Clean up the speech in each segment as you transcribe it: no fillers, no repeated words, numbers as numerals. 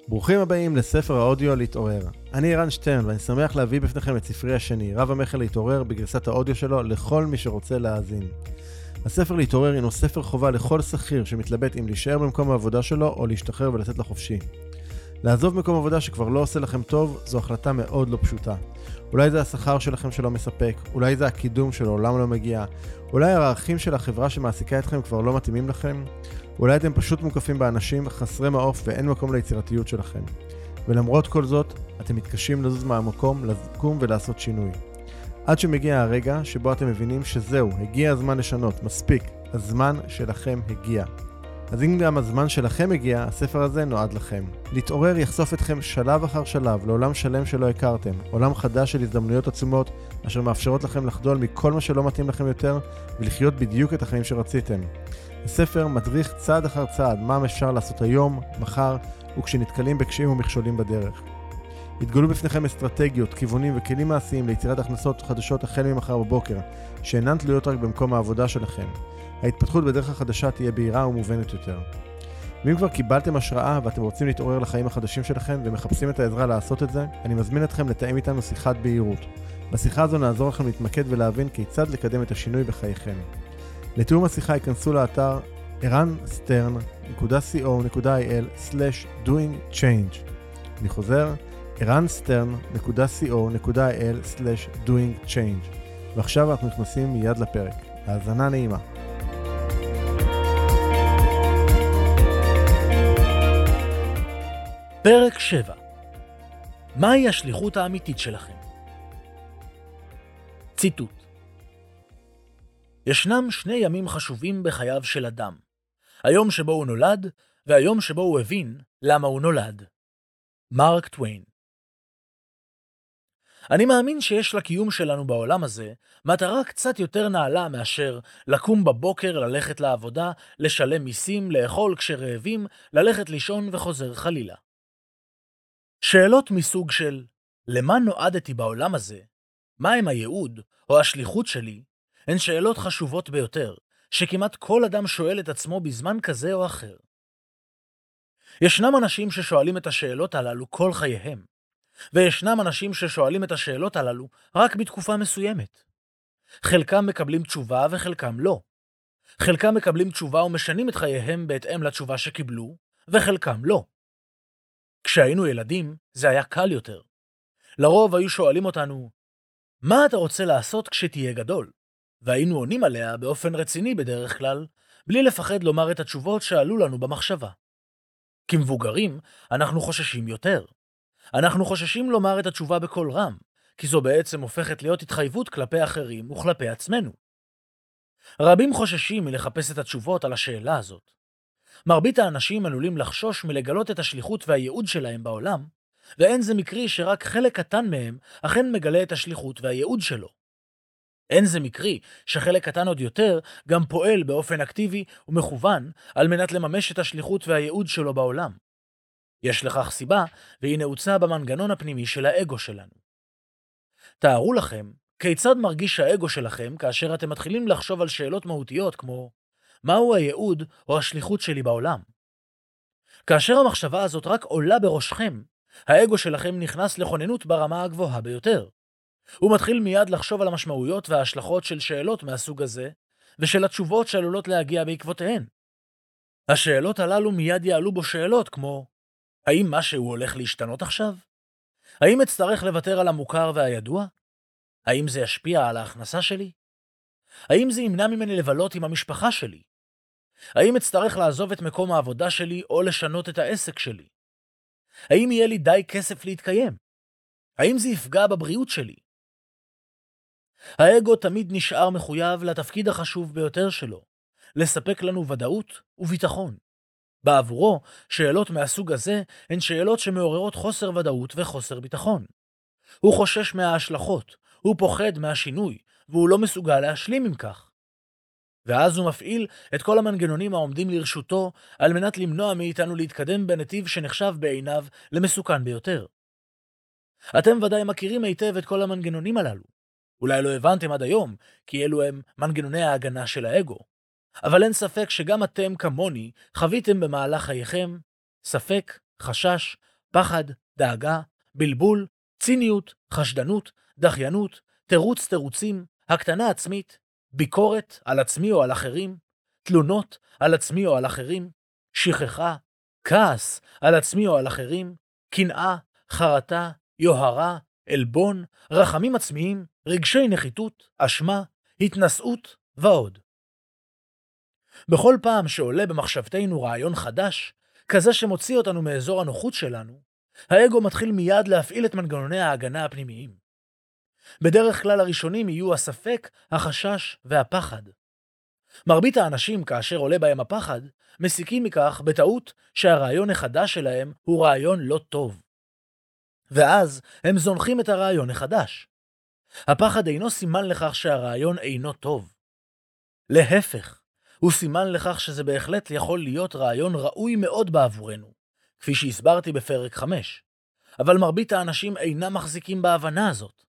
ברוכים הבאים לספר האודיו להתעורר. אני ערן שטרן ואני שמח להביא בפניכם את ספרי השני, רב המכר להתעורר, בגרסת האודיו שלו לכל מי שרוצה להאזין. הספר להתעורר הינו ספר חובה לכל שכיר שמתלבט אם להישאר במקום העבודה שלו או להשתחרר ולצאת לחופשי. לעזוב מקום עבודה שכבר לא עושה לכם טוב זו החלטה מאוד לא פשוטה. אולי זה השכר שלכם שלא מספק, אולי זה הקידום שלעולם לא מגיע, אולי הערכים של החברה שמעסיקה אתכם כבר לא מתאימים לכם, אולי אתם פשוט מוקפים באנשים חסרי מעוף ואין מקום ליצירתיות שלכם. ולמרות כל זאת, אתם מתקשים לזוז מהמקום, לקום ולעשות שינוי. עד שמגיע הרגע שבו אתם מבינים שזהו, הגיע הזמן לשנות, מספיק, הזמן שלכם הגיע. אז אם גם הזמן שלכם הגיע, הספר הזה נועד לכם. להתעורר יחשוף אתכם שלב אחר שלב לעולם שלם שלא הכרתם, עולם חדש של הזדמנויות עצומות, אשר מאפשרות לכם לחדול מכל מה שלא מתאים לכם יותר, ולחיות בדיוק את החיים שרציתם. הספר מדריך צעד אחר צעד מה אפשר לעשות היום, מחר, וכשנתקלים בקשיים ומכשולים בדרך. יתגלו בפניכם אסטרטגיות, כיוונים וכלים מעשיים ליצירת הכנסות חדשות החל ממחר בבוקר, שאינן תלויות רק במקום העבודה שלכם. ההתפתחות בדרך החדשה תהיה בהירה ומובנת יותר. ואם כבר קיבלתם השראה ואתם רוצים להתעורר לחיים החדשים שלכם ומחפשים את העזרה לעשות את זה, אני מזמין אתכם לתאם איתנו שיחת בהירות. בשיחה הזו נעזור לכם להתמקד ולהבין כיצד לקדם את השינוי בחייכם. לתיאום השיחה ייכנסו לאתר ערנסטרן.co.il/doingchange. אני חוזר, ערנסטרן.co.il/doingchange. ועכשיו אנחנו נכנסים מיד לפרק. האזנה נעימה. פרק 7. מהי השליחות האמיתית שלכם? ציטוט: ישנם שני ימים חשובים בחייו של אדם. היום שבו הוא נולד, והיום שבו הוא הבין למה הוא נולד. מארק טוויין. אני מאמין שיש לקיום שלנו בעולם הזה מטרה קצת יותר נעלה מאשר לקום בבוקר, ללכת לעבודה, לשלם מיסים, לאכול כשרעבים, ללכת לישון וחוזר חלילה. שאלות מסוג של למה נועדתי בעולם הזה, מהם הייעוד או השליחות שלי, הן שאלות חשובות ביותר, שכמעט כל אדם שואל את עצמו בזמן כזה או אחר. ישנם אנשים ששואלים את השאלות הללו כל חייהם, וישנם אנשים ששואלים את השאלות הללו רק בתקופה מסוימת. חלקם מקבלים תשובה וחלקם לא. חלקם מקבלים תשובה ומשנים את חייהם בהתאם לתשובה שקיבלו, וחלקם לא. כשהיינו ילדים, זה היה קל יותר. לרוב היו שואלים אותנו, מה אתה רוצה לעשות כשתהיה גדול? והיינו עונים עליה באופן רציני בדרך כלל, בלי לפחד לומר את התשובות שעלו לנו במחשבה. כמבוגרים, אנחנו חוששים יותר. אנחנו חוששים לומר את התשובה בקול רם, כי זו בעצם הופכת להיות התחייבות כלפי אחרים וכלפי עצמנו. רבים חוששים מלחפש את התשובות על השאלה הזאת. מרבית האנשים עלולים לחשוש מלגלות את השליחות והייעוד שלהם בעולם, ואין זה מקרי שרק חלק קטן מהם אכן מגלה את השליחות והייעוד שלו. אין זה מקרי שחלק קטן עוד יותר גם פועל באופן אקטיבי ומכוון על מנת לממש את השליחות והייעוד שלו בעולם. יש לכך סיבה, והיא נעוצה במנגנון הפנימי של האגו שלנו. תארו לכם כיצד מרגיש האגו שלכם כאשר אתם מתחילים לחשוב על שאלות מהותיות כמו מהו הייעוד או השליחות שלי בעולם? כאשר המחשבה הזאת רק עולה בראשכם, האגו שלכם נכנס לכוננות ברמה הגבוהה ביותר. הוא מתחיל מיד לחשוב על המשמעויות וההשלכות של שאלות מהסוג הזה, ושל התשובות שעלולות להגיע בעקבותיהן. השאלות הללו מיד יעלו בו שאלות כמו, האם משהו הולך להשתנות עכשיו? האם אצטרך לוותר על המוכר והידוע? האם זה ישפיע על ההכנסה שלי? האם זה ימנע ממני לבלות עם המשפחה שלי? האם אצטרך לעזוב את מקום העבודה שלי או לשנות את העסק שלי? האם יהיה לי די כסף להתקיים? האם זה יפגע בבריאות שלי? האגו תמיד נשאר מחויב לתפקיד החשוב ביותר שלו, לספק לנו ודאות וביטחון. בעבורו, שאלות מהסוג הזה הן שאלות שמעוררות חוסר ודאות וחוסר ביטחון. הוא חושש מההשלכות, הוא פוחד מהשינוי, והוא לא מסוגל להשלים עם כך. ואז הוא מפעיל את כל המנגנונים העומדים לרשותו על מנת למנוע מאיתנו להתקדם בנתיב שנחשב בעיניו למסוכן ביותר. אתם ודאי מכירים היטב את כל המנגנונים הללו. אולי לא הבנתם עד היום, כי אלו הם מנגנוני ההגנה של האגו. אבל אין ספק שגם אתם כמוני חוויתם במהלך חייכם ספק, חשש, פחד, דאגה, בלבול, ציניות, חשדנות, דחיינות, תירוצים, הקטנה עצמית, ביקורת על עצמי או על אחרים, תלונות על עצמי או על אחרים, שכחה, כעס על עצמי או על אחרים, קנאה, חרטה, יוהרה, עלבון, רחמים עצמיים, רגשי נחיתות, אשמה, התנשאות ועוד. בכל פעם שעולה במחשבתנו רעיון חדש, כזה שמוציא אותנו מאזור הנוחות שלנו, האגו מתחיל מיד להפעיל את מנגנוני ההגנה הפנימיים. בדרך כלל הראשונים יהיו הספק, החשש והפחד. מרבית האנשים, כאשר עולה בהם הפחד, מסיקים מכך בטעות שהרעיון החדש שלהם הוא רעיון לא טוב. ואז הם זונחים את הרעיון החדש. הפחד אינו סימן לכך שהרעיון אינו טוב. להפך, הוא סימן לכך שזה בהחלט יכול להיות רעיון ראוי מאוד בעבורנו, כפי שהסברתי בפרק 5, אבל מרבית האנשים אינם מחזיקים בהבנה הזאת.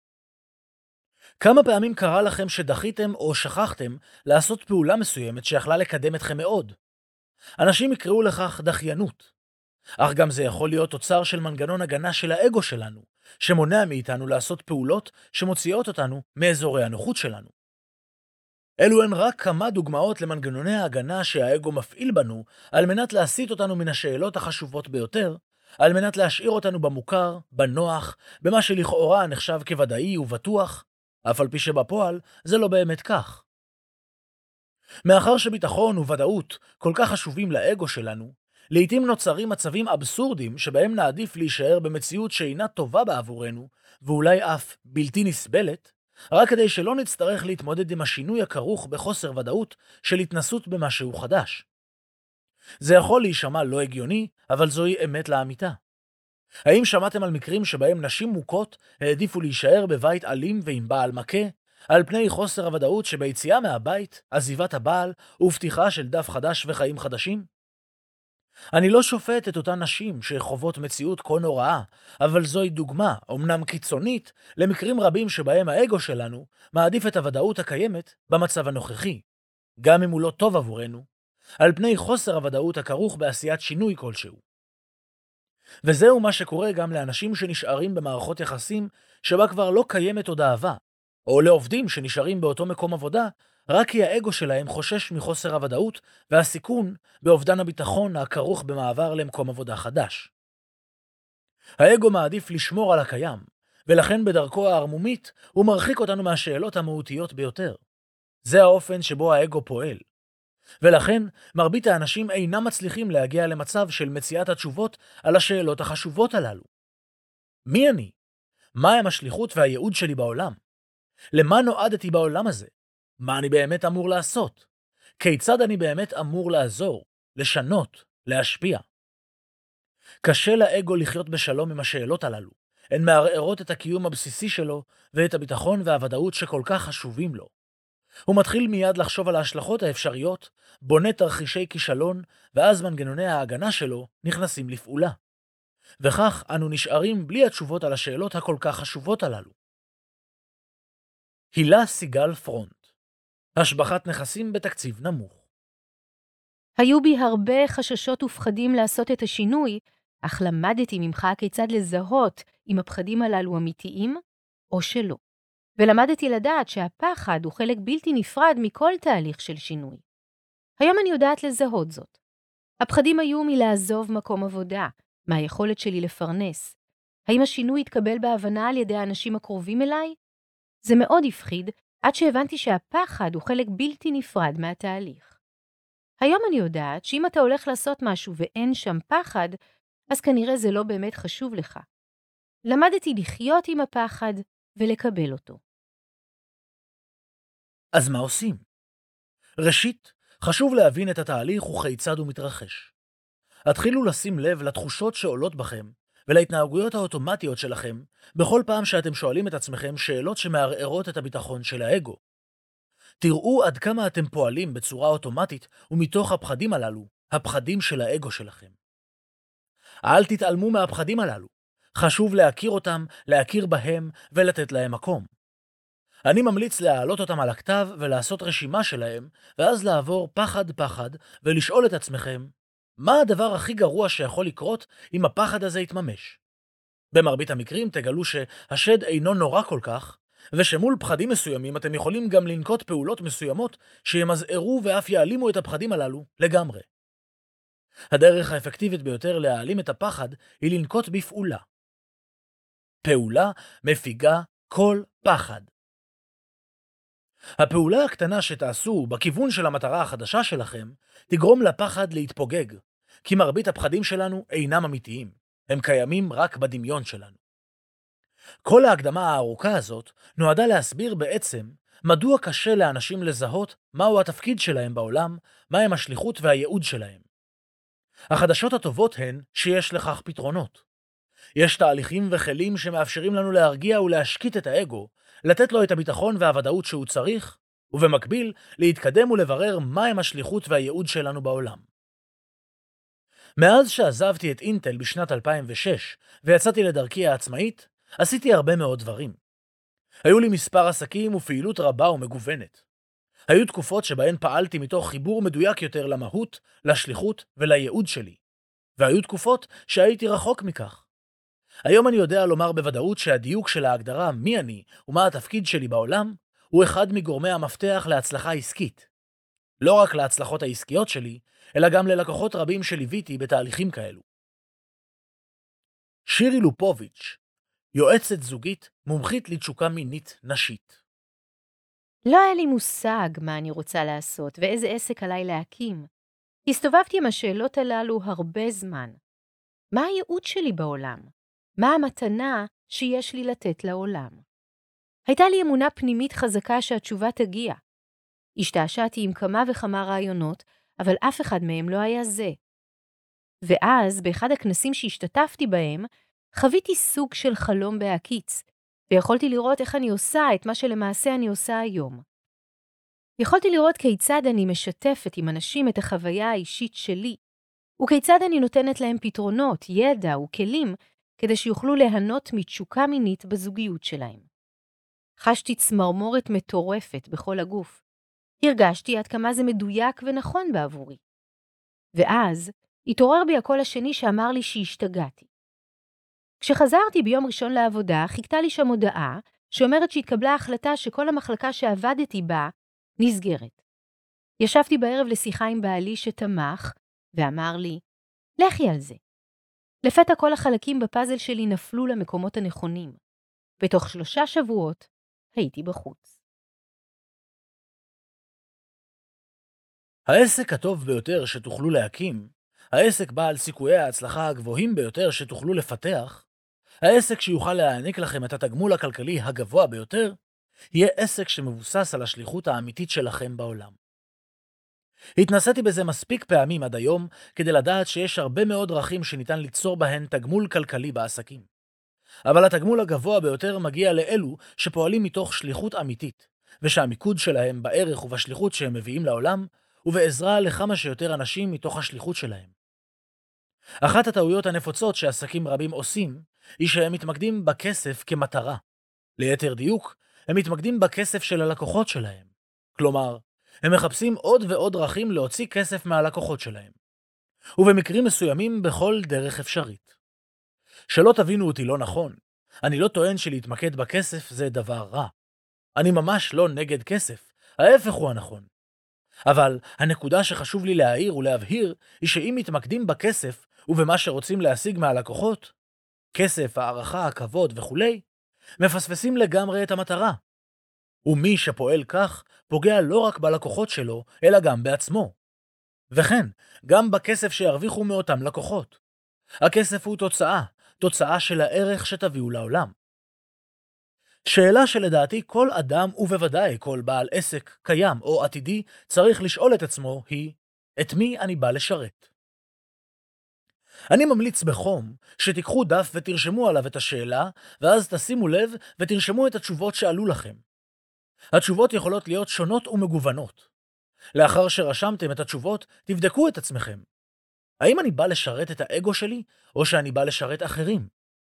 כמה פעמים קרה לכם שדחיתם או שכחתם לעשות פעולה מסוימת שיכלה לקדם אתכם מאוד? אנשים יקראו לכך דחיינות, אך גם זה יכול להיות תוצר של מנגנון הגנה של האגו שלנו, שמונע מאיתנו לעשות פעולות שמוציאות אותנו מאזורי הנוחות שלנו. אלו הן רק כמה דוגמאות למנגנוני ההגנה שהאגו מפעיל בנו על מנת להסיט אותנו מן השאלות החשובות ביותר, על מנת להשאיר אותנו במוכר, בנוח, במה שלכאורה נחשב כוודאי ובטוח, אף על פי שבפועל זה לא באמת כך. מאחר שביטחון וודאות כל כך חשובים לאגו שלנו, לעתים נוצרים מצבים אבסורדים שבהם נעדיף להישאר במציאות שאינה טובה בעבורנו, ואולי אף בלתי נסבלת, רק כדי שלא נצטרך להתמודד עם השינוי הכרוך בחוסר ודאות של התנסות במשהו חדש. זה יכול להישמע לא הגיוני, אבל זוהי אמת לאמיתה. האם שמעתם על מקרים שבהם נשים מוכות העדיפו להישאר בבית אלים ועם בעל מכה, על פני חוסר הוודאות שביציאה מהבית, עזיבת הבעל ופתיחה של דף חדש וחיים חדשים? אני לא שופט את אותן נשים שחוות מציאות כה נוראה, אבל זוהי דוגמה, אומנם קיצונית, למקרים רבים שבהם האגו שלנו מעדיף את הוודאות הקיימת במצב הנוכחי, גם אם הוא לא טוב עבורנו, על פני חוסר הוודאות הכרוך בעשיית שינוי כלשהו. וזהו מה שקורה גם לאנשים שנשארים במערכות יחסים שבה כבר לא קיימת עוד אהבה, או לעובדים שנשארים באותו מקום עבודה רק כי האגו שלהם חושש מחוסר הוודאות והסיכון באובדן הביטחון הכרוך במעבר למקום עבודה חדש. האגו מעדיף לשמור על הקיים, ולכן בדרכו הערמומית הוא מרחיק אותנו מהשאלות המהותיות ביותר. זה האופן שבו האגו פועל. ולכן מרבית האנשים אינם מצליחים להגיע למצב של מציאת התשובות על השאלות החשובות הללו. מי אני? מהם השליחות והייעוד שלי בעולם? למה נועדתי בעולם הזה? מה אני באמת אמור לעשות? כיצד אני באמת אמור לעזור, לשנות, להשפיע? קשה לאגו לחיות בשלום עם השאלות הללו. הן מערערות את הקיום הבסיסי שלו ואת הביטחון והוודאות שכל כך חשובים לו. הוא מתחיל מיד לחשוב על ההשלכות האפשריות, בונה תרחישי כישלון, ואז מנגנוני ההגנה שלו נכנסים לפעולה. וכך אנו נשארים בלי התשובות על השאלות הכל כך חשובות הללו. הילה סיגל פרונט, השבחת נכסים בתקציב נמוך. היו בי הרבה חששות ופחדים לעשות את השינוי, אך למדתי ממך כיצד לזהות אם הפחדים הללו אמיתיים או שלא. ולמדתי לדעת שהפחד הוא חלק בלתי נפרד מכל תהליך של שינוי. היום אני יודעת לזהות זאת. הפחדים היו מלעזוב מקום עבודה, מהיכולת שלי לפרנס. האם השינוי יתקבל בהבנה על ידי האנשים הקרובים אליי? זה מאוד הפחיד, עד שהבנתי שהפחד הוא חלק בלתי נפרד מהתהליך. היום אני יודעת שאם אתה הולך לעשות משהו ואין שם פחד, אז כנראה זה לא באמת חשוב לך. למדתי לחיות עם הפחד ולקבל אותו. אז מה עושים? ראשית, חשוב להבין את התהליך וכיצד הוא מתרחש. התחילו לשים לב לתחושות שעולות בכם ולהתנהגויות האוטומטיות שלכם בכל פעם שאתם שואלים את עצמכם שאלות שמערערות את הביטחון של האגו. תראו עד כמה אתם פועלים בצורה אוטומטית ומתוך הפחדים הללו, הפחדים של האגו שלכם. אל תתעלמו מהפחדים הללו. חשוב להכיר אותם, להכיר בהם ולתת להם מקום. אני ממליץ להעלות אותם על הכתב ולעשות רשימה שלהם, ואז לעבור פחד ולשאול את עצמכם, מה הדבר הכי גרוע שיכול לקרות אם הפחד הזה יתממש? במרבית המקרים תגלו שהשד אינו נורא כל כך, ושמול פחדים מסוימים אתם יכולים גם לנקוט פעולות מסוימות שימזערו ואף יעלימו את הפחדים הללו לגמרי. הדרך האפקטיבית ביותר להעלים את הפחד היא לנקוט בפעולה. פעולה מפיגה כל פחד. הפעולה הקטנה שתעשו בכיוון של המטרה החדשה שלכם תגרום לפחד להתפוגג, כי מרבית הפחדים שלנו אינם אמיתיים, הם קיימים רק בדמיון שלנו. כל ההקדמה הארוכה הזאת נועדה להסביר בעצם מדוע קשה לאנשים לזהות מהו התפקיד שלהם בעולם, מהם השליחות והייעוד שלהם. החדשות הטובות הן שיש לכך פתרונות. יש תהליכים וכלים שמאפשרים לנו להרגיע ולהשקיט את האגו, לתת לו את הביטחון והוודאות שהוא צריך, ובמקביל להתקדם ולברר מהם השליחות והייעוד שלנו בעולם. מאז שעזבתי את אינטל בשנת 2006 ויצאתי לדרכי העצמאית, עשיתי הרבה מאוד דברים. היו לי מספר עסקים ופעילות רבה ומגוונת. היו תקופות שבהן פעלתי מתוך חיבור מדויק יותר למהות, לשליחות ולייעוד שלי. והיו תקופות שהייתי רחוק מכך. היום אני יודע לומר בוודאות שהדיוק של ההגדרה מי אני ומה התפקיד שלי בעולם הוא אחד מגורמי המפתח להצלחה עסקית. לא רק להצלחות העסקיות שלי, אלא גם ללקוחות רבים שליוויתי בתהליכים כאלו. שירי לופוביץ', יועצת זוגית, מומחית לתשוקה מינית נשית. לא היה לי מושג מה אני רוצה לעשות ואיזה עסק עליי להקים. הסתובבתי עם השאלות הללו הרבה זמן. מה הייעוד שלי בעולם? מה המתנה שיש לי לתת לעולם? הייתה לי אמונה פנימית חזקה שהתשובה תגיע. השתעשעתי עם כמה וכמה רעיונות, אבל אף אחד מהם לא היה זה. ואז, באחד הכנסים שהשתתפתי בהם, חוויתי סוג של חלום בהקיץ, ויכולתי לראות איך אני עושה את מה שלמעשה אני עושה היום. יכולתי לראות כיצד אני משתפת עם אנשים את החוויה האישית שלי, וכיצד אני נותנת להם פתרונות, ידע וכלים, כדי שיוכלו ליהנות מתשוקה מינית בזוגיות שלהם. חשתי צמרמורת מטורפת בכל הגוף. הרגשתי עד כמה זה מדויק ונכון בעבורי. ואז התעורר בי הקול השני שאמר לי שהשתגעתי. כשחזרתי ביום ראשון לעבודה, חיכתה לי שם הודעה שאומרת שהתקבלה החלטה שכל המחלקה שעבדתי בה נסגרת. ישבתי בערב לשיחה עם בעלי שתמך ואמר לי, לכי על זה. לפתע כל החלקים בפאזל שלי נפלו למקומות הנכונים. בתוך 3 שבועות הייתי בחוץ. העסק הטוב ביותר שתוכלו להקים, העסק בעל סיכויי ההצלחה הגבוהים ביותר שתוכלו לפתח, העסק שיוכל להעניק לכם את התגמול הכלכלי הגבוה ביותר, יהיה עסק שמבוסס על השליחות האמיתית שלכם בעולם. התנסיתי בזה מספיק פעמים עד היום כדי לדעת שיש הרבה מאוד דרכים שניתן ליצור בהן תגמול כלכלי בעסקים. אבל התגמול הגבוה ביותר מגיע לאלו שפועלים מתוך שליחות אמיתית, ושהמיקוד שלהם בערך ובשליחות שהם מביאים לעולם, ובעזרה לכמה שיותר אנשים מתוך השליחות שלהם. אחת הטעויות הנפוצות שעסקים רבים עושים, היא שהם מתמקדים בכסף כמטרה. ליתר דיוק, הם מתמקדים בכסף של הלקוחות שלהם. כלומר, הם מחפשים עוד ועוד דרכים להוציא כסף מהלקוחות שלהם. ובמקרים מסוימים בכל דרך אפשרית. שלא תבינו אותי לא נכון, אני לא טוען שלהתמקד בכסף זה דבר רע. אני ממש לא נגד כסף, ההפך הוא הנכון. אבל הנקודה שחשוב לי להעיר ולהבהיר היא שאם מתמקדים בכסף ובמה שרוצים להשיג מהלקוחות, כסף, הערכה, הכבוד וכו', מפספסים לגמרי את המטרה. ומי שפועל כך פוגע לא רק בלקוחות שלו, אלא גם בעצמו. וכן, גם בכסף שירוויחו מאותם לקוחות. הכסף הוא תוצאה של הערך שתביאו לעולם. שאלה שלדעתי כל אדם ובוודאי כל בעל עסק קיים או עתידי צריך לשאול את עצמו היא, את מי אני בא לשרת? אני ממליץ בחום שתיקחו דף ותרשמו עליו את השאלה, ואז תשימו לב ותרשמו את התשובות שעלו לכם. התשובות יכולות להיות שונות ומגוונות. לאחר שרשמתם את התשובות, תבדקו את עצמכם. האם אני בא לשרת את האגו שלי, או שאני בא לשרת אחרים?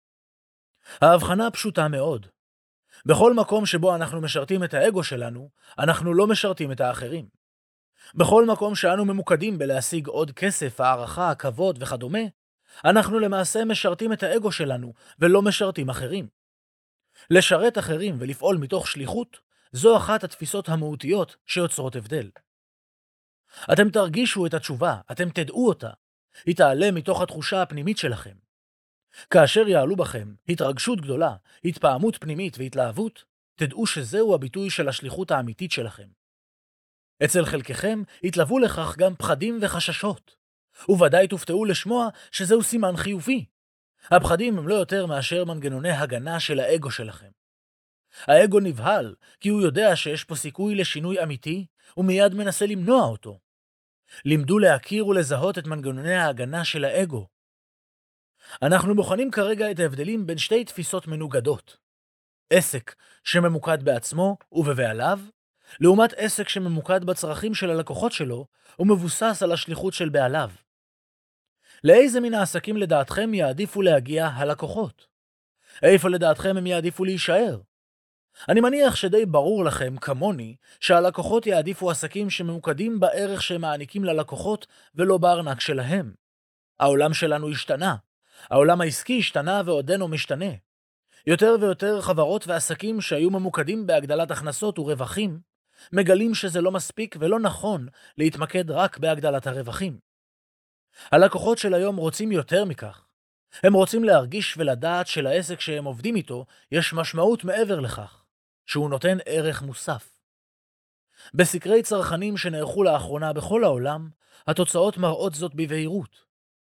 ההבחנה פשוטה מאוד. בכל מקום שבו אנחנו משרתים את האגו שלנו, אנחנו לא משרתים את האחרים. בכל מקום שאנו ממוקדים בלהשיג עוד כסף, הערכה, כבוד וכדומה, אנחנו למעשה משרתים את האגו שלנו ולא משרתים אחרים. לשרת אחרים ולפעול מתוך שליחות, זו אחת התפיסות המהותיות שיוצרות הבדל. אתם תרגישו את התשובה, אתם תדעו אותה. היא תעלה מתוך התחושה הפנימית שלכם. כאשר יעלו בכם התרגשות גדולה, התפעמות פנימית והתלהבות, תדעו שזהו הביטוי של השליחות האמיתית שלכם. אצל חלקכם יתלוו לכך גם פחדים וחששות, וודאי תופתעו לשמוע שזהו סימן חיובי. הפחדים הם לא יותר מאשר מנגנוני הגנה של האגו שלכם. האגו נבהל כי הוא יודע שיש פה סיכוי לשינוי אמיתי, ומיד מנסה למנוע אותו. לימדו להכיר ולזהות את מנגנוני ההגנה של האגו. אנחנו בוחנים כרגע את ההבדלים בין שתי תפיסות מנוגדות. עסק שממוקד בעצמו ובבעליו, לעומת עסק שממוקד בצרכים של הלקוחות שלו ומבוסס על השליחות של בעליו. לאיזה מן העסקים לדעתכם יעדיפו להגיע הלקוחות? איפה לדעתכם הם יעדיפו להישאר? אני מניח שדי ברור לכם, כמוני, שהלקוחות יעדיפו עסקים שממוקדים בערך שהם מעניקים ללקוחות ולא בארנק שלהם. העולם שלנו השתנה. העולם העסקי השתנה ועודנו משתנה. יותר ויותר חברות ועסקים שהיו ממוקדים בהגדלת הכנסות ורווחים, מגלים שזה לא מספיק ולא נכון להתמקד רק בהגדלת הרווחים. הלקוחות של היום רוצים יותר מכך. הם רוצים להרגיש ולדעת שלעסק שהם עובדים איתו יש משמעות מעבר לכך, שהוא נותן ערך מוסף. בסקרי צרכנים שנערכו לאחרונה בכל העולם, התוצאות מראות זאת בבהירות.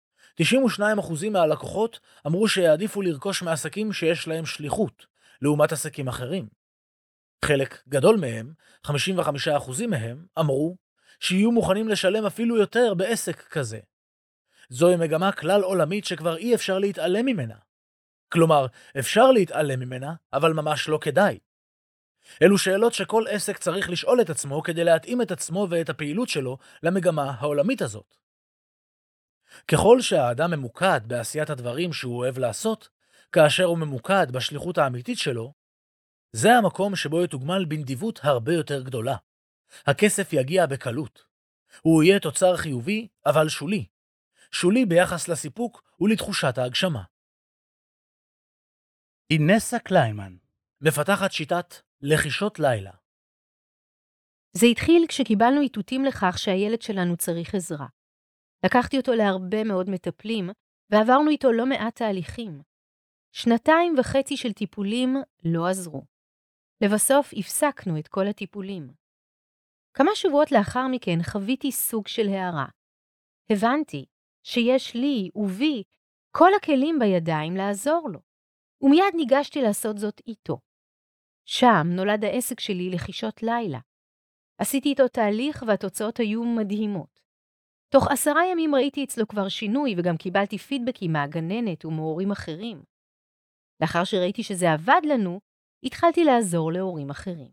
92% מהלקוחות אמרו שיעדיפו לרכוש מעסקים שיש להם שליחות, לעומת עסקים אחרים. חלק גדול מהם, 55% מהם, אמרו שיהיו מוכנים לשלם אפילו יותר בעסק כזה. זוהי מגמה כלל עולמית שכבר אי אפשר להתעלם ממנה. כלומר, אפשר להתעלם ממנה, אבל ממש לא כדאי. אלו שאלות שכל עסק צריך לשאול את עצמו כדי להתאים את עצמו ואת הפעילות שלו למגמה העולמית הזאת. ככל שהאדם ממוקד בעשיית הדברים שהוא אוהב לעשות, כאשר הוא ממוקד בשליחות האמיתית שלו, זה המקום שבו יתוגמל בנדיבות הרבה יותר גדולה. הכסף יגיע בקלות. הוא יהיה תוצר חיובי, אבל שולי. שולי ביחס לסיפוק ולתחושת ההגשמה. אינסה קליינמן, מפתחת שיטת לחישות לילה. זה התחיל כשקיבלנו איתותים לכך שהילד שלנו צריך עזרה. לקחתי אותו להרבה מאוד מטפלים, ועברנו איתו לא מעט תהליכים. 2.5 של טיפולים לא עזרו. לבסוף הפסקנו את כל הטיפולים. כמה שבועות לאחר מכן חוויתי סוג של הערה. הבנתי שיש לי ובי כל הכלים בידיים לעזור לו, ומיד ניגשתי לעשות זאת איתו. שם נולד העסק שלי לחישות לילה. עשיתי איתו תהליך והתוצאות היו מדהימות. תוך 10 ימים ראיתי אצלו כבר שינוי וגם קיבלתי פידבקים מהגננת ומהורים אחרים. לאחר שראיתי שזה עבד לנו, התחלתי לעזור להורים אחרים.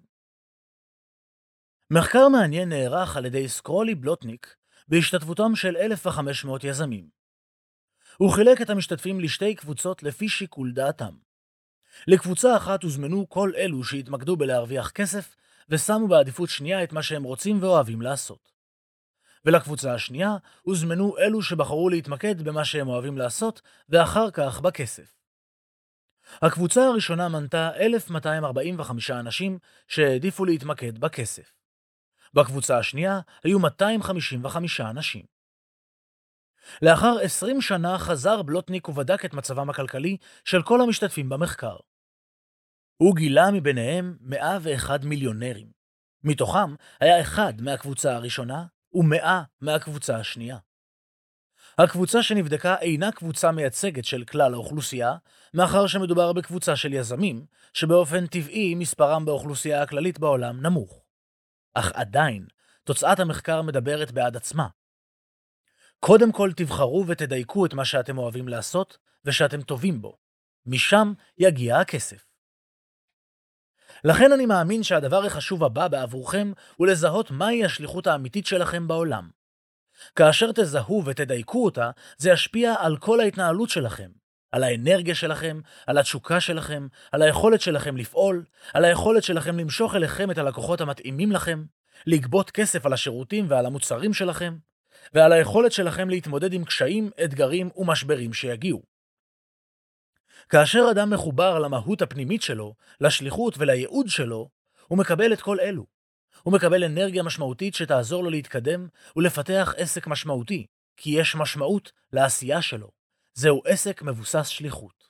מחקר מעניין נערך על ידי סקרולי בלוטניק בהשתתפותם של 1,500 יזמים. הוא חילק את המשתתפים לשתי קבוצות לפי שיקול דעתם. לקבוצה אחת הוזמנו כל אלו שהתמקדו בלהרוויח כסף ושמו בעדיפות שנייה את מה שהם רוצים ואוהבים לעשות. ולקבוצה השנייה הוזמנו אלו שבחרו להתמקד במה שהם אוהבים לעשות ואחר כך בכסף. הקבוצה הראשונה מנתה 1,245 אנשים שהעדיפו להתמקד בכסף. בקבוצה השנייה היו 255 אנשים. לאחר 20 שנה חזר בלוטניק ובדק את מצבם הכלכלי של כל המשתתפים במחקר. הוא גילה מביניהם 101 מיליונרים. מתוכם היה 1 מהקבוצה הראשונה ו100 מהקבוצה השנייה. הקבוצה שנבדקה אינה קבוצה מייצגת של כלל האוכלוסייה, מאחר שמדובר בקבוצה של יזמים, שבאופן טבעי מספרם באוכלוסייה הכללית בעולם נמוך. אך עדיין, תוצאת המחקר מדברת בעד עצמה. קודם כל תבחרו ותדייקו את מה שאתם אוהבים לעשות ושאתם טובים בו. משם יגיע הכסף. לכן אני מאמין שהדבר החשוב הבא בעבורכם הוא לזהות מהי השליחות האמיתית שלכם בעולם. כאשר תזהו ותדייקו אותה, זה ישפיע על כל ההתנהלות שלכם, על האנרגיה שלכם, על התשוקה שלכם, על היכולת שלכם לפעול, על היכולת שלכם למשוך אליכם את הלקוחות המתאימים לכם, לגבות כסף על השירותים ועל המוצרים שלכם, ועל היכולת שלכם להתמודד עם קשיים, אתגרים ומשברים שיגיעו. כאשר אדם מחובר למהות הפנימית שלו, לשליחות ולייעוד שלו, הוא מקבל את כל אלו. הוא מקבל אנרגיה משמעותית שתעזור לו להתקדם ולפתח עסק משמעותי, כי יש משמעות לעשייה שלו. זהו עסק מבוסס שליחות.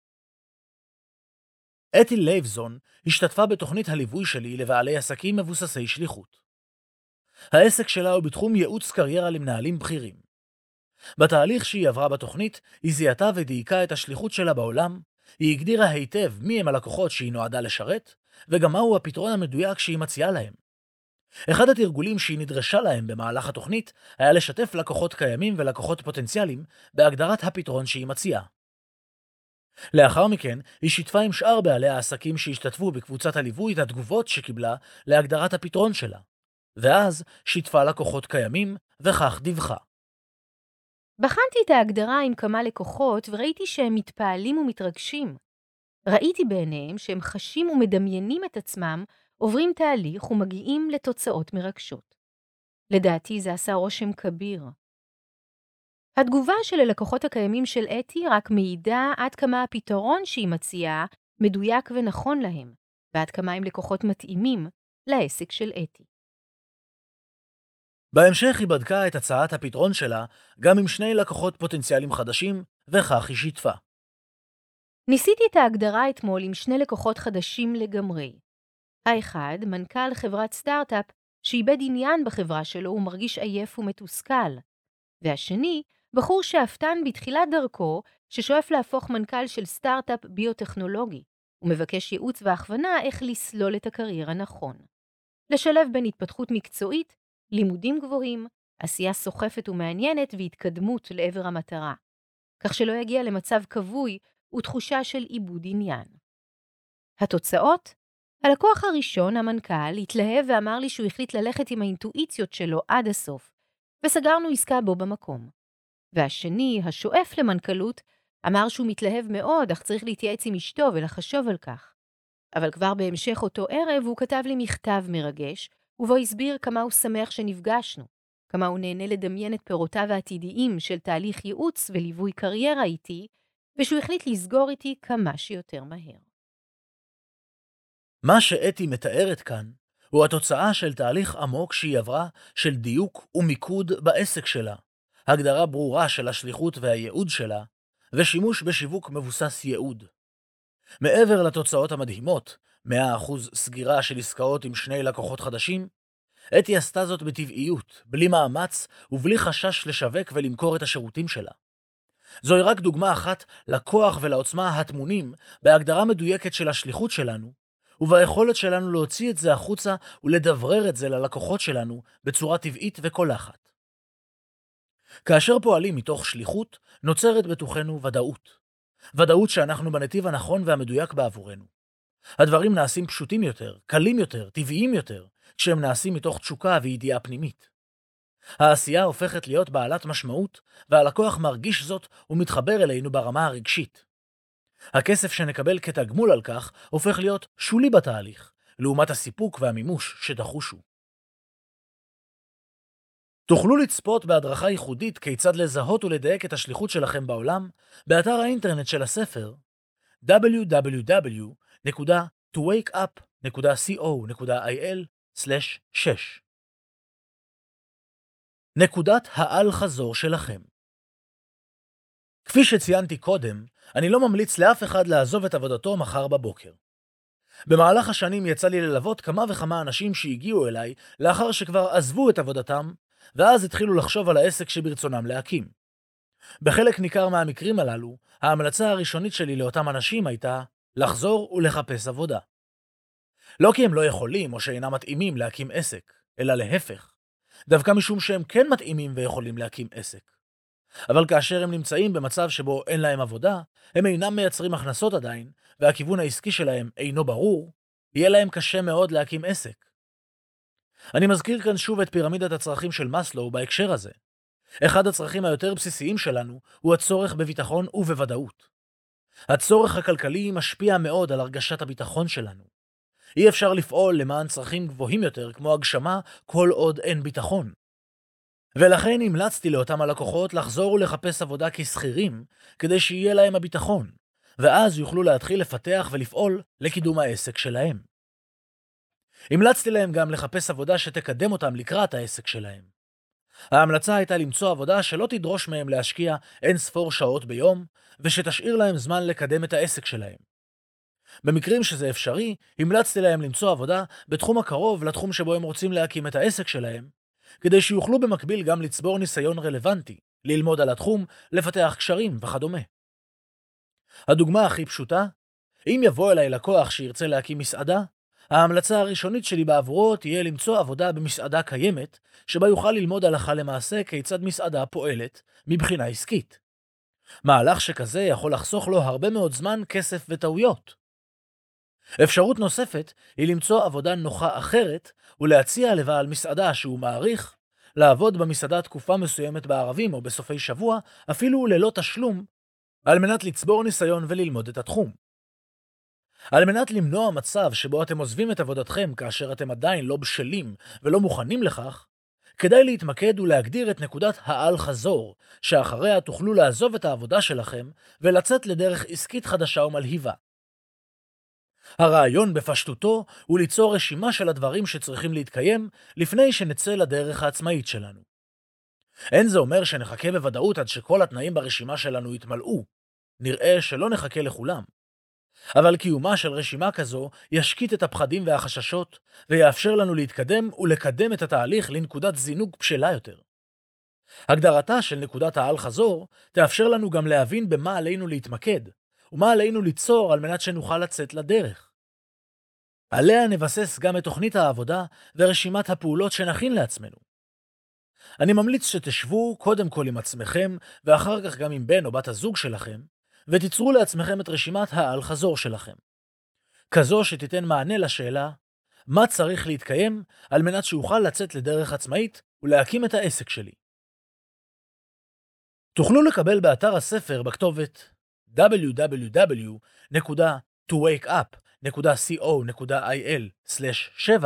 אתי לייבזון השתתפה בתוכנית הליווי שלי לבעלי עסקים מבוססי שליחות. העסק שלה הוא בתחום ייעוץ קריירה למנהלים בכירים. בתהליך שהיא עברה בתוכנית, היא זיהתה ודייקה את השליחות שלה בעולם, היא הגדירה היטב מי הם הלקוחות שהיא נועדה לשרת, וגם מהו הפתרון המדויק שהיא מציעה להם. אחד התרגולים שהיא נדרשה להם במהלך התוכנית היה לשתף לקוחות קיימים ולקוחות פוטנציאליים בהגדרת הפתרון שהיא מציעה. לאחר מכן, היא שיתפה עם שאר בעלי העסקים שהשתתפו בקבוצת הליווי את התגובות שקיבלה להגדרת הפתרון שלה, ואז שיתפה לקוחות קיימים וכך דיווחה. בחנתי את ההגדרה עם כמה לקוחות וראיתי שהם מתפעלים ומתרגשים. ראיתי בעיניהם שהם חשים ומדמיינים את עצמם, עוברים תהליך ומגיעים לתוצאות מרגשות. לדעתי זה עשה רושם כביר. התגובה של הלקוחות הקיימים של אתי רק מעידה עד כמה הפתרון שהיא מציעה מדויק ונכון להם, ועד כמה הם לקוחות מתאימים לעסק של אתי. בהמשך היא בדקה את הצעת הפתרון שלה גם עם שני לקוחות פוטנציאליים חדשים, וכך היא שיתפה. ניסיתי את ההגדרה אתמול עם שני לקוחות חדשים לגמרי. האחד, מנכ"ל חברת סטארט-אפ שאיבד עניין בחברה שלו ומרגיש עייף ומתוסכל. והשני, בחור שאפתן בתחילת דרכו ששואף להפוך מנכ"ל של סטארט-אפ ביוטכנולוגי, ומבקש ייעוץ והכוונה איך לסלול את הקריירה נכון. לשלב בין התפתחות מקצועית, לימודים גבוהים, עשייה סוחפת ומעניינת והתקדמות לעבר המטרה, כך שלא יגיע למצב כבוי ותחושה של איבוד עניין. התוצאות? הלקוח הראשון, המנכ"ל, התלהב ואמר לי שהוא החליט ללכת עם האינטואיציות שלו עד הסוף, וסגרנו עסקה בו במקום. והשני, השואף למנכ"לות, אמר שהוא מתלהב מאוד, אך צריך להתייעץ עם אשתו ולחשוב על כך. אבל כבר בהמשך אותו ערב הוא כתב לי מכתב מרגש, ובו הסביר כמה הוא שמח שנפגשנו, כמה הוא נהנה לדמיין את פירותיו העתידיים של תהליך ייעוץ וליווי קריירה איתי, ושהוא החליט לסגור איתי כמה שיותר מהר. מה שאתי מתארת כאן הוא התוצאה של תהליך עמוק שהיא עברה של דיוק ומיקוד בעסק שלה, הגדרה ברורה של השליחות והייעוד שלה, ושימוש בשיווק מבוסס ייעוד. מעבר לתוצאות המדהימות, 100% סגירה של עסקאות עם שני לקוחות חדשים, אתי עשתה זאת בטבעיות, בלי מאמץ ובלי חשש לשווק ולמכור את השירותים שלה. זוהי רק דוגמה אחת לכוח ולעוצמה הטמונים בהגדרה מדויקת של השליחות שלנו, וביכולת שלנו להוציא את זה החוצה ולדברר את זה ללקוחות שלנו בצורה טבעית וקולחת. כאשר פועלים מתוך שליחות, נוצרת בתוכנו ודאות. ודאות שאנחנו בנתיב הנכון והמדויק בעבורנו. הדברים נעשים פשוטים יותר, קלים יותר, טבעיים יותר, כשהם נעשים מתוך תשוקה וידיעה פנימית. העשייה הופכת להיות בעלת משמעות, והלקוח מרגיש זאת ומתחבר אלינו ברמה הרגשית. הכסף שנקבל כתגמול על כך הופך להיות שולי בתהליך, לעומת הסיפוק והמימוש שתחושו. תוכלו לצפות בהדרכה ייחודית כיצד לזהות ולדייק את השליחות שלכם בעולם באתר האינטרנט של הספר www.towakeup.co.il/6. נקודת העל חזור שלכם. כפי שציינתי קודם, אני לא ממליץ לאף אחד לעזוב את עבודתו מחר בבוקר. במהלך השנים יצא לי ללוות כמה וכמה אנשים שהגיעו אליי לאחר שכבר עזבו את עבודתם, ואז התחילו לחשוב על העסק שברצונם להקים. בחלק ניכר מהמקרים הללו, ההמלצה הראשונית שלי לאותם אנשים הייתה לחזור ולחפש עבודה. לא כי הם לא יכולים או שאינם מתאימים להקים עסק, אלא להפך, דווקא משום שהם כן מתאימים ויכולים להקים עסק. אבל כאשר הם נמצאים במצב שבו אין להם עבודה, הם אינם מייצרים הכנסות עדיין, והכיוון העסקי שלהם אינו ברור, יהיה להם קשה מאוד להקים עסק. אני מזכיר כאן שוב את פירמידת הצרכים של מאסלו בהקשר הזה. אחד הצרכים היותר בסיסיים שלנו הוא הצורך בביטחון ובוודאות. הצורך הכלכלי משפיע מאוד על הרגשת הביטחון שלנו. אי אפשר לפעול למען צרכים גבוהים יותר כמו הגשמה כל עוד אין ביטחון. ולכן המלצתי לאותם הלקוחות לחזור ולחפש עבודה כשכירים כדי שיהיה להם הביטחון, ואז יוכלו להתחיל לפתח ולפעול לקידום העסק שלהם. המלצתי להם גם לחפש עבודה שתקדם אותם לקראת העסק שלהם. ההמלצה הייתה למצוא עבודה שלא תדרוש מהם להשקיע אין ספור שעות ביום, ושתשאיר להם זמן לקדם את העסק שלהם. במקרים שזה אפשרי, המלצתי להם למצוא עבודה בתחום הקרוב לתחום שבו הם רוצים להקים את העסק שלהם, כדי שיוכלו במקביל גם לצבור ניסיון רלוונטי, ללמוד על התחום, לפתח קשרים וכדומה. הדוגמה הכי פשוטה, אם יבוא אליי לקוח שירצה להקים מסעדה, ההמלצה הראשונית שלי בעבורו תהיה למצוא עבודה במסעדה קיימת, שבה יוכל ללמוד הלכה למעשה כיצד מסעדה פועלת מבחינה עסקית. מהלך שכזה יכול לחסוך לו הרבה מאוד זמן, כסף וטעויות. אפשרות נוספת היא למצוא עבודה נוחה אחרת ולהציע לבעל מסעדה שהוא מעריך לעבוד במסעדה תקופה מסוימת בערבים או בסופי שבוע, אפילו ללא תשלום, על מנת לצבור ניסיון וללמוד את התחום. על מנת למנוע מצב שבו אתם עוזבים את עבודתכם כאשר אתם עדיין לא בשלים ולא מוכנים לכך, כדאי להתמקד ולהגדיר את נקודת העל חזור, שאחריה תוכלו לעזוב את העבודה שלכם ולצאת לדרך עסקית חדשה ומלהיבה. הרעיון בפשטותו הוא ליצור רשימה של הדברים שצריכים להתקיים לפני שנצא לדרך העצמאית שלנו. אין זה אומר שנחכה בוודאות עד שכל התנאים ברשימה שלנו יתמלאו. נראה שלא נחכה לכולם. אבל קיומה של רשימה כזו ישקיט את הפחדים והחששות, ויאפשר לנו להתקדם ולקדם את התהליך לנקודת זינוק בשלה יותר. הגדרתה של נקודת העל חזור תאפשר לנו גם להבין במה עלינו להתמקד, ומה עלינו ליצור על מנת שנוכל לצאת לדרך. עליה נבסס גם את תוכנית העבודה ורשימת הפעולות שנכין לעצמנו. אני ממליץ שתשבו קודם כל עם עצמכם, ואחר כך גם עם בן או בת הזוג שלכם, ותיצרו לעצמכם את רשימת העל חזור שלכם. כזו שתיתן מענה לשאלה, מה צריך להתקיים על מנת שאוכל לצאת לדרך עצמאית ולהקים את העסק שלי. תוכלו לקבל באתר הספר בכתובת www.towakeup.co.il/7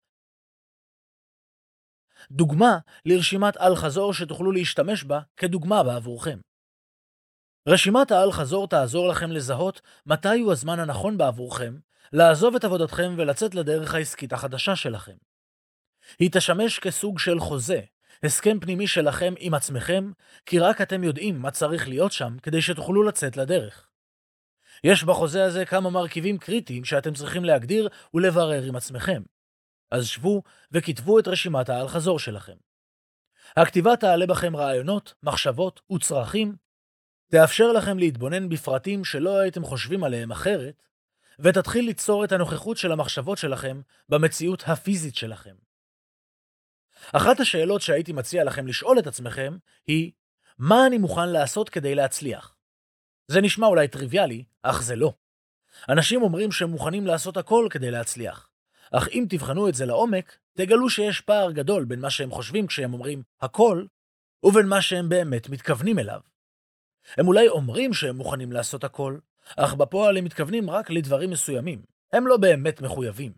דוגמה לרשימת על חזור שתוכלו להשתמש בה כדוגמה בעבורכם. רשימת העל חזור תעזור לכם לזהות מתי הוא הזמן הנכון בעבורכם לעזוב את עבודתכם ולצאת לדרך העסקית החדשה שלכם. היא תשמש כסוג של חוזה, הסכם פנימי שלכם עם עצמכם, כי רק אתם יודעים מה צריך להיות שם כדי שתוכלו לצאת לדרך. יש בחוזה הזה כמה מרכיבים קריטיים שאתם צריכים להגדיר ולברר עם עצמכם. אז שבו וכתבו את רשימת העל חזור שלכם. הכתיבה תעלה בכם רעיונות, מחשבות וצרכים, תאפשר לכם להתבונן בפרטים שלא הייתם חושבים עליהם אחרת, ותתחיל ליצור את הנוכחות של המחשבות שלכם במציאות הפיזית שלכם. אחת השאלות שהייתי מציע לכם לשאול את עצמכם היא, מה אני מוכן לעשות כדי להצליח? זה נשמע אולי טריוויאלי, אך זה לא. אנשים אומרים שהם מוכנים לעשות הכל כדי להצליח, אך אם תבחנו את זה לעומק, תגלו שיש פער גדול בין מה שהם חושבים כשהם אומרים הכל, ובין מה שהם באמת מתכוונים אליו. הם אולי אומרים שהם מוכנים לעשות הכל, אך בפועל הם מתכוונים רק לדברים מסוימים. הם לא באמת מחויבים.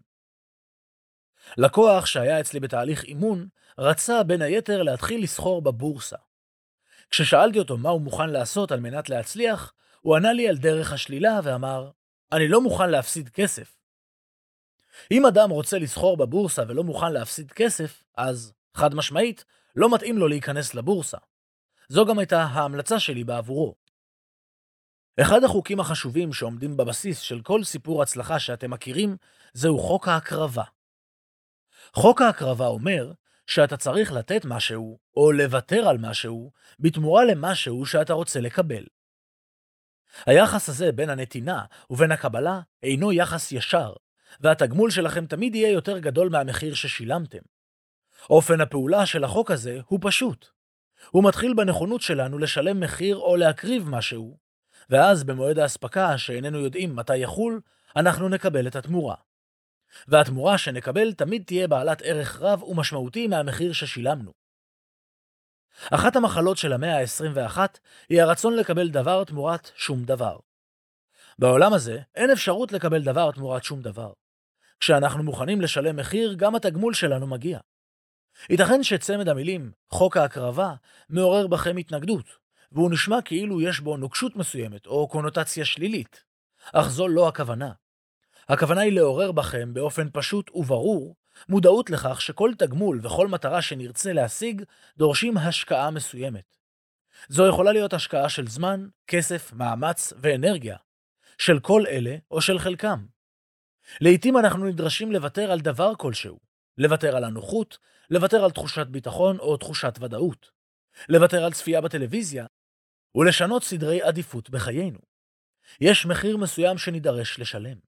לקוח שהיה אצלי בתהליך אימון, רצה בין היתר להתחיל לסחור בבורסה. כששאלתי אותו מה הוא מוכן לעשות על מנת להצליח, הוא ענה לי על דרך השלילה ואמר, אני לא מוכן להפסיד כסף. אם אדם רוצה לסחור בבורסה ולא מוכן להפסיד כסף, אז חד משמעית לא מתאים לו להיכנס לבורסה. זו גם הייתה ההמלצה שלי בעבורו. אחד החוקים החשובים שעומדים בבסיס של כל סיפור הצלחה שאתם מכירים, זהו חוק ההקרבה. חוק ההקרבה אומר שאתה צריך לתת משהו או לוותר על משהו בתמורה למשהו שאתה רוצה לקבל. היחס הזה בין הנתינה ובין הקבלה אינו יחס ישר, והתגמול שלכם תמיד יהיה יותר גדול מהמחיר ששילמתם. אופן הפעולה של החוק הזה הוא פשוט. הוא מתחיל בנכונות שלנו לשלם מחיר או להקריב משהו, ואז במועד ההספקה שאיננו יודעים מתי יחול, אנחנו נקבל את התמורה. והתמורה שנקבל תמיד תהיה בעלת ערך רב ומשמעותי מהמחיר ששילמנו. אחת המחלות של המאה ה-21 היא הרצון לקבל דבר תמורת שום דבר. בעולם הזה אין אפשרות לקבל דבר תמורת שום דבר. כשאנחנו מוכנים לשלם מחיר, גם התגמול שלנו מגיע. ייתכן שצמד המילים חוק ההקרבה מעורר בכם התנגדות, והוא נשמע כאילו יש בו נוקשות מסוימת או קונוטציה שלילית, אך זו לא הכוונה. הכוונה היא לעורר בכם באופן פשוט וברור מודעות לכך שכל תגמול וכל מטרה שנרצה להשיג דורשים השקעה מסוימת. זו יכולה להיות השקעה של זמן, כסף, מאמץ ואנרגיה, של כל אלה או של חלקם. לעתים אנחנו נדרשים לוותר על דבר כלשהו, לוותר על הנוחות, לוותר על תחושת ביטחון או תחושת ודאות, לוותר על צפייה בטלוויזיה, ולשנות סדרי עדיפות בחיינו. יש מחיר מסוים שנידרש לשלם.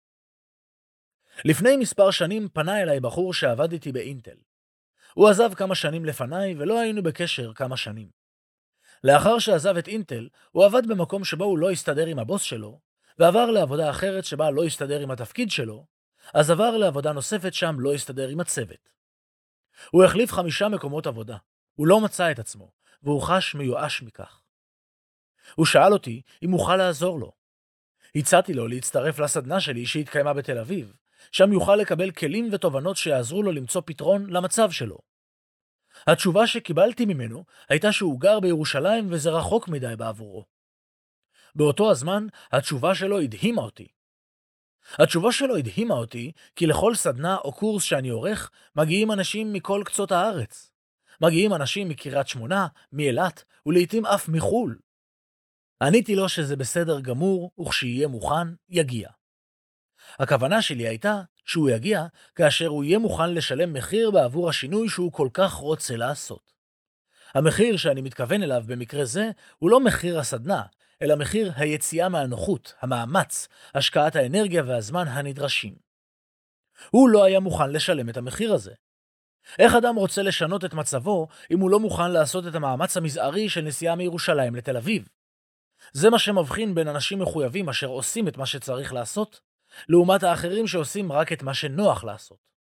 לפני מספר שנים פנה אליי בחור שעבד איתי באינטל. הוא עזב כמה שנים לפניי ולא היינו בקשר כמה שנים. לאחר שעזב את אינטל, הוא עבד במקום שבו הוא לא הסתדר עם הבוס שלו, ועבר לעבודה אחרת שבה לא הסתדר עם התפקיד שלו, אז עבר לעבודה נוספת שם לא הסתדר עם הצוות. הוא החליף 5 מקומות עבודה. הוא לא מצא את עצמו, והוא חש מיואש מכך. הוא שאל אותי אם אוכל לעזור לו. הצעתי לו להצטרף לסדנה שלי שהתקיימה בתל אביב, שם יוכל לקבל כלים ותובנות שיעזרו לו למצוא פתרון למצב שלו. התשובה שקיבלתי ממנו הייתה שהוא גר בירושלים וזה רחוק מדי בעבורו. באותו הזמן התשובה שלו הדהימה אותי. התשובה שלו הדהימה אותי כי לכל סדנה או קורס שאני עורך מגיעים אנשים מכל קצות הארץ. מגיעים אנשים מקריית שמונה, מאילת ולעיתים אף מחול. עניתי לו שזה בסדר גמור וכשיהיה מוכן יגיע. הכוונה שלי הייתה שהוא יגיע כאשר הוא יהיה מוכן לשלם מחיר בעבור השינוי שהוא כל כך רוצה לעשות. המחיר שאני מתכוון אליו במקרה זה הוא לא מחיר הסדנה, אלא מחיר היציאה מהנוחות, המאמץ, השקעת האנרגיה והזמן הנדרשים. הוא לא היה מוכן לשלם את המחיר הזה. איך אדם רוצה לשנות את מצבו אם הוא לא מוכן לעשות את המאמץ המזערי של נסיעה מירושלים לתל אביב? זה מה שמבחין בין אנשים מחויבים אשר עושים את מה שצריך לעשות, לעומת האחרים שעושים רק את מה שנוח לעשות.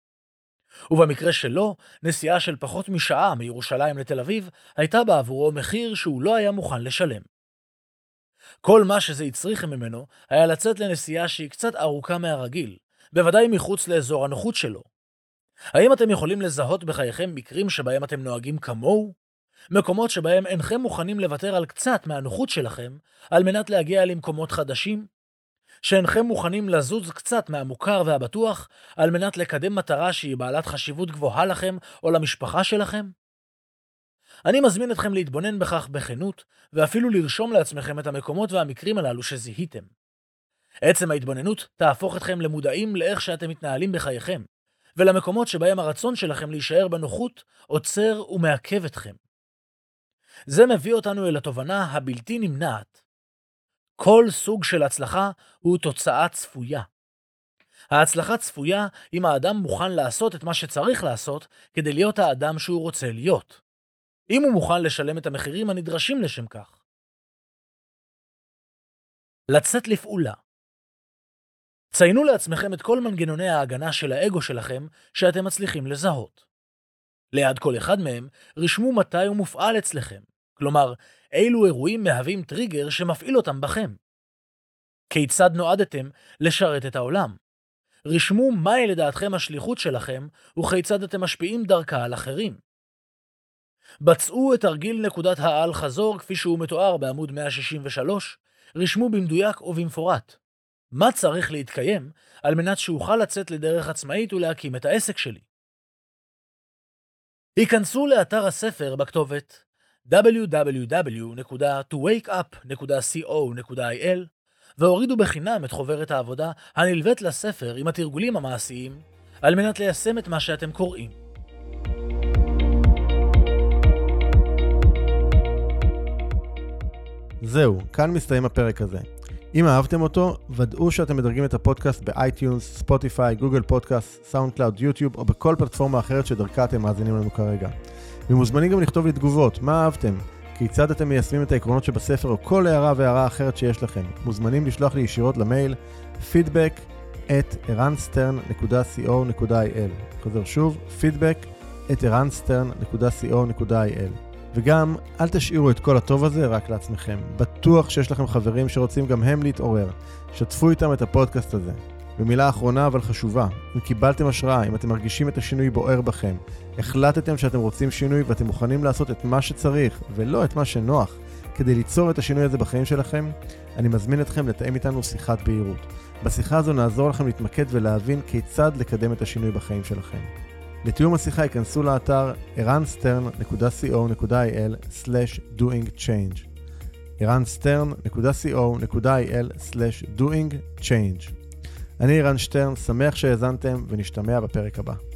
ובמקרה שלו, נסיעה של פחות משעה מירושלים לתל אביב הייתה בעבורו מחיר שהוא לא היה מוכן לשלם. כל מה שזה הצריך ממנו היה לצאת לנסיעה שהיא קצת ארוכה מהרגיל, בוודאי מחוץ לאזור הנוחות שלו. האם אתם יכולים לזהות בחייכם מקרים שבהם אתם נוהגים כמוהו? מקומות שבהם אינכם מוכנים לוותר על קצת מהנוחות שלכם על מנת להגיע למקומות חדשים? שאינכם מוכנים לזוז קצת מהמוכר והבטוח על מנת לקדם מטרה שהיא בעלת חשיבות גבוהה לכם או למשפחה שלכם? אני מזמין אתכם להתבונן בכך בכנות ואפילו לרשום לעצמכם את המקומות והמקרים הללו שזיהיתם. עצם ההתבוננות תהפוך אתכם למודעים לאיך שאתם מתנהלים בחייכם, ולמקומות שבהם הרצון שלכם להישאר בנוחות עוצר ומעכב אתכם. זה מביא אותנו אל התובנה הבלתי נמנעת. כל סוג של הצלחה הוא תוצאה צפויה. ההצלחה צפויה אם האדם מוכן לעשות את מה שצריך לעשות כדי להיות האדם שהוא רוצה להיות. אם הוא מוכן לשלם את המחירים הנדרשים לשם כך. לצאת לפעולה. ציינו לעצמכם את כל מנגנוני ההגנה של האגו שלכם שאתם מצליחים לזהות. ליד כל אחד מהם רשמו מתי הוא מופעל אצלכם, כלומר, אילו אירועים מהווים טריגר שמפעיל אותם בכם. כיצד נועדתם לשרת את העולם? רשמו מהי לדעתכם השליחות שלכם וכיצד אתם משפיעים דרכה על אחרים. בצעו את תרגיל נקודת העל חזור כפי שהוא מתואר בעמוד 163, רשמו במדויק ובמפורט. מה צריך להתקיים על מנת שאוכל לצאת לדרך עצמאית ולהקים את העסק שלי? היכנסו לאתר הספר בכתובת www.towakeup.co.il והורידו בחינם את חוברת העבודה הנלווית לספר עם התרגולים המעשיים על מנת ליישם את מה שאתם קוראים. זהו, כאן מסתיים הפרק הזה. אם אהבתם אותו, ודאו שאתם מדרגים את הפודקאסט באייטיונס, ספוטיפיי, גוגל פודקאסט, סאונד קלאוד, יוטיוב או בכל פלטפורמה אחרת שדרכה אתם מאזינים לנו כרגע. ומוזמנים גם לכתוב לי תגובות, מה אהבתם? כיצד אתם מיישמים את העקרונות שבספר או כל הערה והערה אחרת שיש לכם. מוזמנים לשלוח לי ישירות למייל feedback@ערנסטרן.co.il. חוזר שוב, feedback@ערנסטרן.co.il. וגם, אל תשאירו את כל הטוב הזה רק לעצמכם. בטוח שיש לכם חברים שרוצים גם הם להתעורר. שתפו איתם את הפודקאסט הזה. ומילה אחרונה אבל חשובה, אם קיבלתם השראה, אם אתם מרגישים את השינוי בוער בכם, החלטתם שאתם רוצים שינוי ואתם מוכנים לעשות את מה שצריך ולא את מה שנוח, כדי ליצור את השינוי הזה בחיים שלכם, אני מזמין אתכם לתאם איתנו שיחת בהירות. בשיחה הזו נעזור לכם להתמקד ולהבין כיצד לקדם את השינוי בחיים שלכם. לתיאום השיחה ייכנסו לאתר ערנסטרן.co.il/doingchange ערנסטרן.co.il/doingchange. אני ערן שטרן, שמח שהאזנתם ונשתמע בפרק הבא.